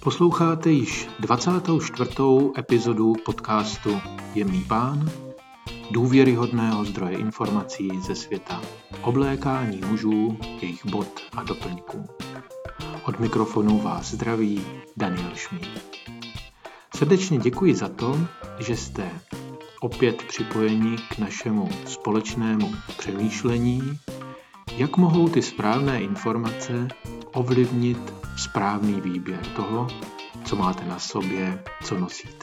Posloucháte již 24. epizodu podcastu Jemný pán, důvěryhodného zdroje informací ze světa oblékání mužů, jejich bot a doplňků. Od mikrofonu vás zdraví Daniel Šmíd. Srdečně děkuji za to, že jste opět připojeni k našemu společnému přemýšlení, jak mohou ty správné informace ovlivnit správný výběr toho, co máte na sobě, co nosíte.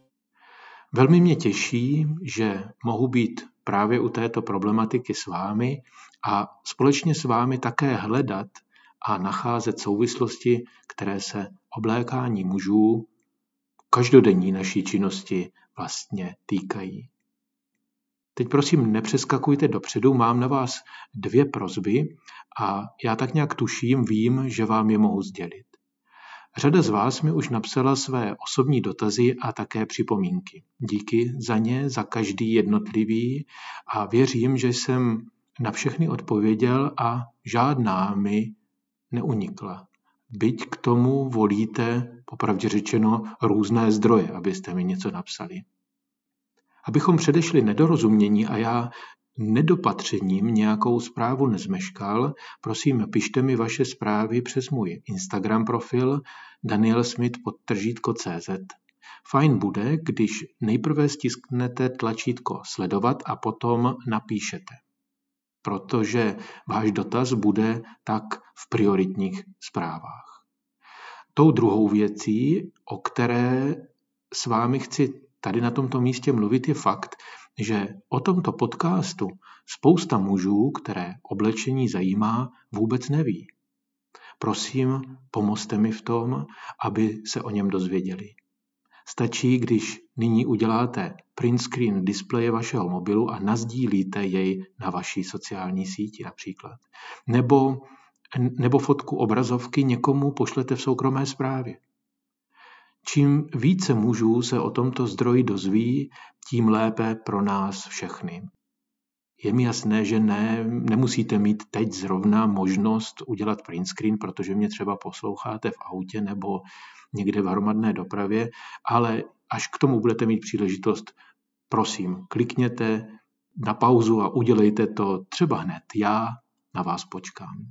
Velmi mě těší, že mohu být právě u této problematiky s vámi a společně s vámi také hledat a nacházet souvislosti, které se oblékání mužů každodenní naší činnosti vlastně týkají. Teď prosím nepřeskakujte dopředu, mám na vás 2 prosby a já tak nějak tuším, vím, že vám je mohu sdělit. Řada z vás mi už napsala své osobní dotazy a také připomínky. Díky za ně, za každý jednotlivý a věřím, že jsem na všechny odpověděl a žádná mi neunikla. Byť k tomu volíte, popravdě řečeno, různé zdroje, abyste mi něco napsali. Abychom předešli nedorozumění a já nedopatřením nějakou zprávu nezmeškal, prosím, pište mi vaše zprávy přes můj Instagram profil danielsmith_cz. Fajn bude, když nejprve stisknete tlačítko sledovat a potom napíšete, protože váš dotaz bude tak v prioritních zprávách. Tou druhou věcí, o které s vámi chci tady na tomto místě mluvit, je fakt, že o tomto podcastu spousta mužů, které oblečení zajímá, vůbec neví. Prosím, pomozte mi v tom, aby se o něm dozvěděli. Stačí, když nyní uděláte print screen displeje vašeho mobilu a nasdílíte jej na vaší sociální síti například. Nebo fotku obrazovky někomu pošlete v soukromé zprávě. Čím více mužů se o tomto zdroji dozví, tím lépe pro nás všechny. Je mi jasné, že nemusíte mít teď zrovna možnost udělat print screen, protože mě třeba posloucháte v autě nebo někde v hromadné dopravě, ale až k tomu budete mít příležitost, prosím, klikněte na pauzu a udělejte to třeba hned. Já na vás počkám.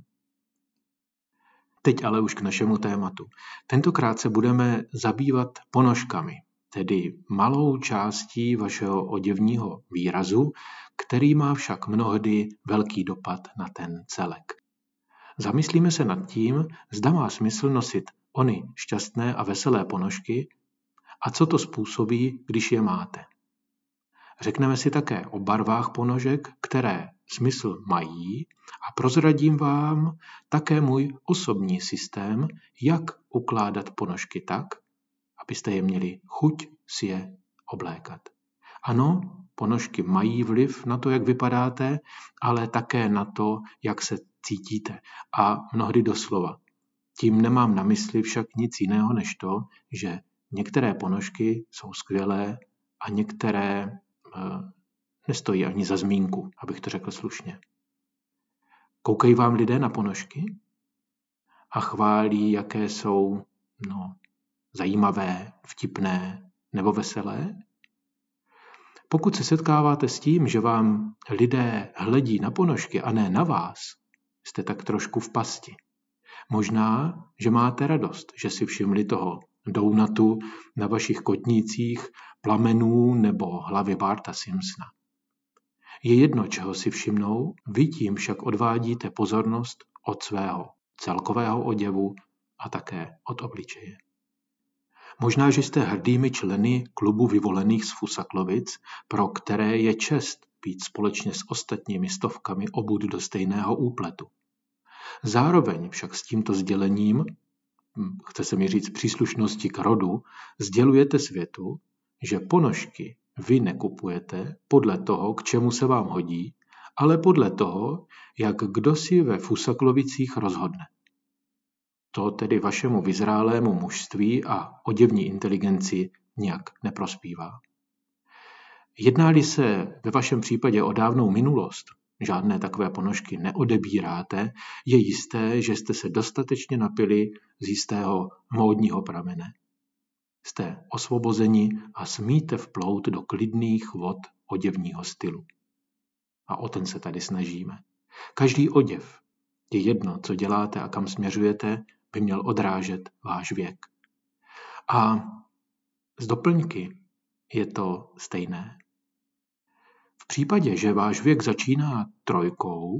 Teď ale už k našemu tématu. Tentokrát se budeme zabývat ponožkami, tedy malou částí vašeho oděvního výrazu, který má však mnohdy velký dopad na ten celek. Zamyslíme se nad tím, zda má smysl nosit ony šťastné a veselé ponožky a co to způsobí, když je máte. Řekneme si také o barvách ponožek, které smysl mají a prozradím vám také můj osobní systém, jak ukládat ponožky tak, abyste je měli chuť si je oblékat. Ano, ponožky mají vliv na to, jak vypadáte, ale také na to, jak se cítíte. A mnohdy doslova. Tím nemám na mysli však nic jiného než to, že některé ponožky jsou skvělé a některé nestojí ani za zmínku, abych to řekl slušně. Koukají vám lidé na ponožky a chválí, jaké jsou zajímavé, vtipné nebo veselé? Pokud se setkáváte s tím, že vám lidé hledí na ponožky a ne na vás, jste tak trošku v pasti. Možná, že máte radost, že si všimli toho dounatu na vašich kotnících, plamenů nebo hlavy Barta Simpsona. Je jedno, čeho si všimnou, vy tím však odvádíte pozornost od svého celkového oděvu a také od obličeje. Možná, že jste hrdými členy klubu vyvolených z Fusaklovic, pro které je čest být společně s ostatními stovkami obut do stejného úpletu. Zároveň však s tímto sdělením, chce se mi říct příslušnosti k rodu, sdělujete světu, že ponožky vy nekupujete podle toho, k čemu se vám hodí, ale podle toho, jak kdo si ve Fusaklovicích rozhodne. To tedy vašemu vyzrálému mužství a oděvní inteligenci nějak neprospívá. Jedná-li se ve vašem případě o dávnou minulost, žádné takové ponožky neodebíráte, je jisté, že jste se dostatečně napili z jistého módního pramene. Jste osvobozeni a smíte vplout do klidných vod oděvního stylu. A o ten se tady snažíme. Každý oděv, je jedno, co děláte a kam směřujete, by měl odrážet váš věk. A z doplňky je to stejné. V případě, že váš věk začíná 3,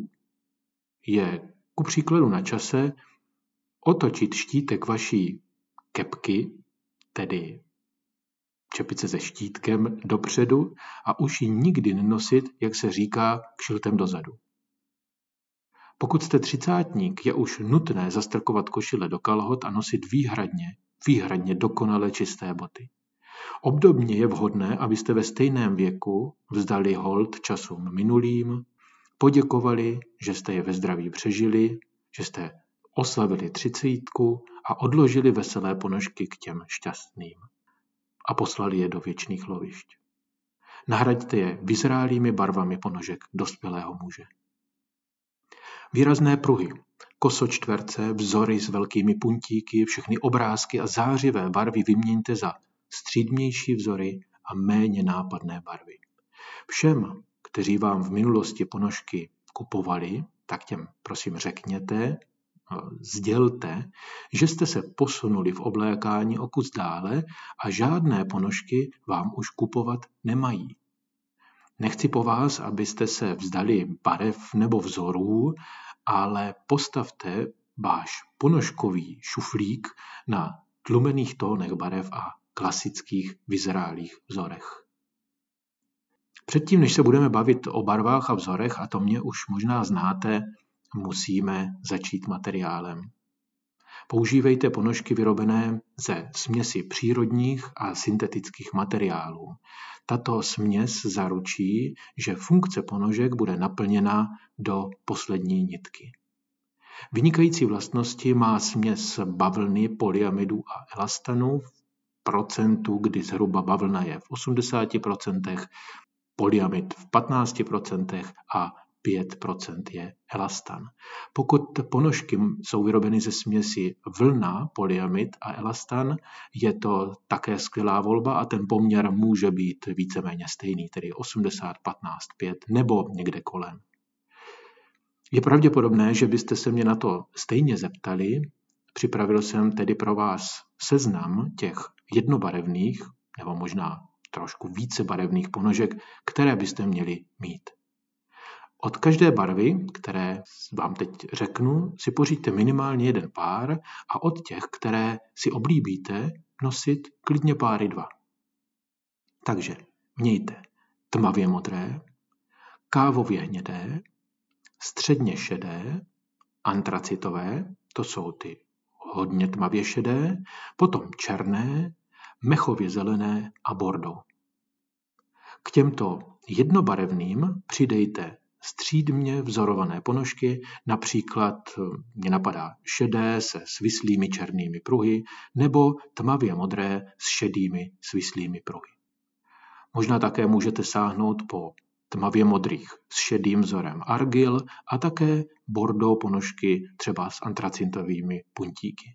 je ku příkladu na čase otočit štítek vaší kepky, tedy čepice se štítkem, dopředu a už ji nikdy nenosit, jak se říká, kšiltem dozadu. Pokud jste 30, je už nutné zastrkovat košile do kalhot a nosit výhradně dokonale čisté boty. Obdobně je vhodné, abyste ve stejném věku vzdali hold časům minulým, poděkovali, že jste je ve zdraví přežili, že jste oslavili 30 a odložili veselé ponožky k těm šťastným a poslali je do věčných lovišť. Nahraďte je vyzrálými barvami ponožek dospělého muže. Výrazné pruhy, kosočtverce, vzory s velkými puntíky, všechny obrázky a zářivé barvy vyměňte za střídmější vzory a méně nápadné barvy. Všem, kteří vám v minulosti ponožky kupovali, tak těm prosím řekněte, sdělte, že jste se posunuli v oblékání o kus dále a žádné ponožky vám už kupovat nemají. Nechci po vás, abyste se vzdali barev nebo vzorů, ale postavte váš ponožkový šuflík na tlumených tónech barev a klasických vyzrálých vzorech. Předtím, než se budeme bavit o barvách a vzorech, a to mě už možná znáte, musíme začít materiálem. Používejte ponožky vyrobené ze směsi přírodních a syntetických materiálů. Tato směs zaručí, že funkce ponožek bude naplněna do poslední nitky. Vynikající vlastnosti má směs bavlny, polyamidu a elastanu v procentu, kdy zhruba bavlna je v 80%, polyamid v 15% a 5% je elastan. Pokud ponožky jsou vyrobeny ze směsi vlna, polyamid a elastan, je to také skvělá volba a ten poměr může být víceméně stejný, tedy 80, 15, 5 nebo někde kolem. Je pravděpodobné, že byste se mě na to stejně zeptali. Připravil jsem tedy pro vás seznam těch jednobarevných nebo možná trošku více barevných ponožek, které byste měli mít. Od každé barvy, které vám teď řeknu, si pořiďte minimálně 1 pár a od těch, které si oblíbíte, nosit klidně páry 2. Takže mějte tmavě modré, kávově hnědé, středně šedé, antracitové, to jsou ty hodně tmavě šedé, potom černé, mechově zelené a bordeaux. K těmto jednobarevným přidejte střídmě vzorované ponožky, například mě napadá šedé se svislými černými pruhy nebo tmavě modré s šedými svislými pruhy. Možná také můžete sáhnout po tmavě modrých s šedým vzorem argil a také bordeaux ponožky třeba s antracintovými puntíky.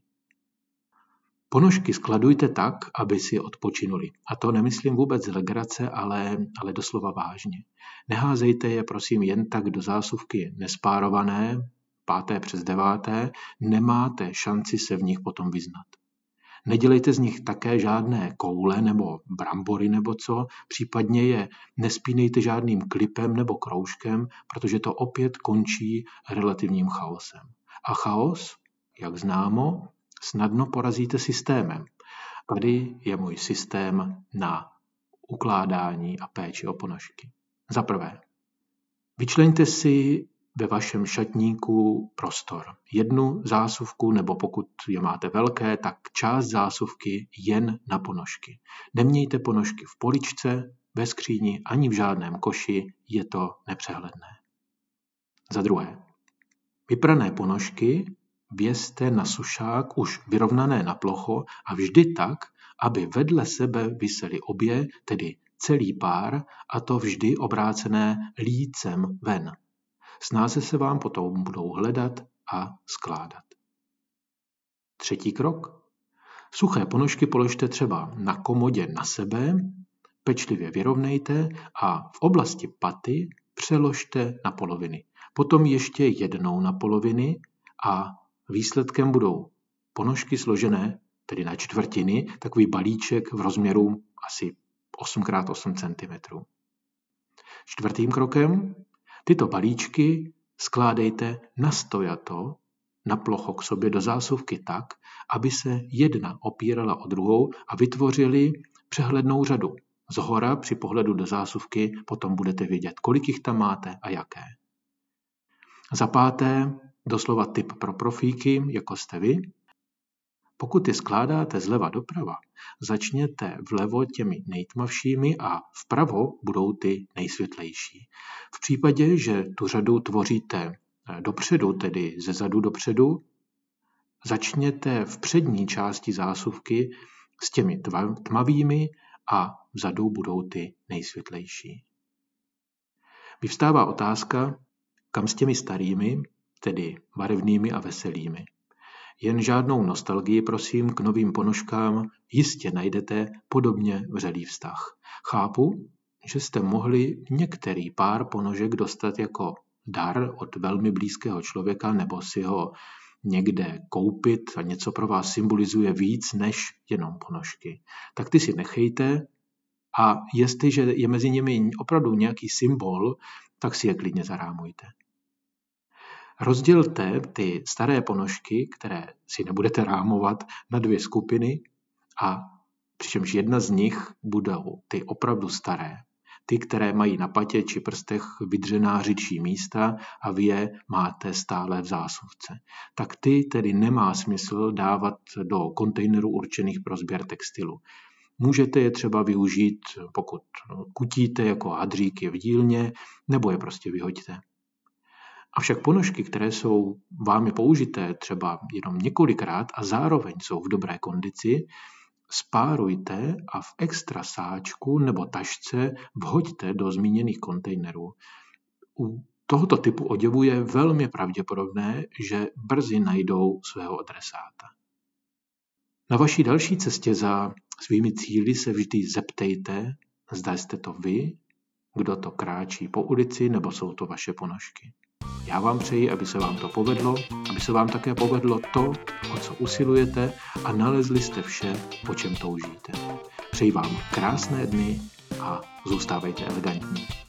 Ponožky skladujte tak, aby si odpočinuli. A to nemyslím vůbec z legrace, ale doslova vážně. Neházejte je prosím jen tak do zásuvky nespárované, 5. přes 9. Nemáte šanci se v nich potom vyznat. Nedělejte z nich také žádné koule nebo brambory nebo co, případně je nespínejte žádným klipem nebo kroužkem, protože to opět končí relativním chaosem. A chaos, jak známo, snadno porazíte systémem. Tady je můj systém na ukládání a péči o ponožky. Za prvé, vyčleňte si ve vašem šatníku prostor. 1 zásuvku, nebo pokud je máte velké, tak část zásuvky jen na ponožky. Nemějte ponožky v poličce, ve skříni ani v žádném koši, je to nepřehledné. Za druhé, vyprané ponožky vězte na sušák už vyrovnané na plocho a vždy tak, aby vedle sebe visely obě, tedy celý pár, a to vždy obrácené lícem ven. Snáze se vám potom budou hledat a skládat. 3. krok. Suché ponožky položte třeba na komodě na sebe, pečlivě vyrovnejte a v oblasti paty přeložte na poloviny. Potom ještě jednou na poloviny a výsledkem budou ponožky složené, tedy na čtvrtiny, takový balíček v rozměru asi 8x8 cm. 4. krokem, tyto balíčky skládejte nastojato na plocho k sobě do zásuvky tak, aby se jedna opírala o druhou a vytvořili přehlednou řadu. Zhora při pohledu do zásuvky potom budete vědět, kolik jich tam máte a jaké. Za 5. doslova tip pro profíky, jako jste vy. Pokud je skládáte zleva doprava, začněte vlevo těmi nejtmavšími a vpravo budou ty nejsvětlejší. V případě, že tu řadu tvoříte dopředu, tedy ze zadu dopředu, začněte v přední části zásuvky s těmi tmavými a vzadu budou ty nejsvětlejší. Vyvstává otázka, kam s těmi starými, tedy barevnými a veselými. Jen žádnou nostalgii, prosím, k novým ponožkám jistě najdete podobně vřelý vztah. Chápu, že jste mohli některý pár ponožek dostat jako dar od velmi blízkého člověka nebo si ho někde koupit a něco pro vás symbolizuje víc než jenom ponožky. Tak ty si nechejte a jestliže je mezi nimi opravdu nějaký symbol, tak si je klidně zarámujte. Rozdělte ty staré ponožky, které si nebudete rámovat, na 2 skupiny a přičemž jedna z nich budou ty opravdu staré. Ty, které mají na patě či prstech vydřená řidčí místa a vy je máte stále v zásuvce. Tak ty tedy nemá smysl dávat do kontejnerů určených pro sběr textilu. Můžete je třeba využít, pokud kutíte jako hadříky v dílně, nebo je prostě vyhoďte. Avšak ponožky, které jsou vámi použité třeba jenom několikrát a zároveň jsou v dobré kondici, spárujte a v extra sáčku nebo tašce vhoďte do zmíněných kontejnerů. U tohoto typu oděvu je velmi pravděpodobné, že brzy najdou svého adresáta. Na vaší další cestě za svými cíli se vždy zeptejte, zda jste to vy, kdo to kráčí po ulici, nebo jsou to vaše ponožky. Já vám přeji, aby se vám to povedlo, aby se vám také povedlo to, o co usilujete a nalezli jste vše, po čem toužíte. Přeji vám krásné dny a zůstávejte elegantní.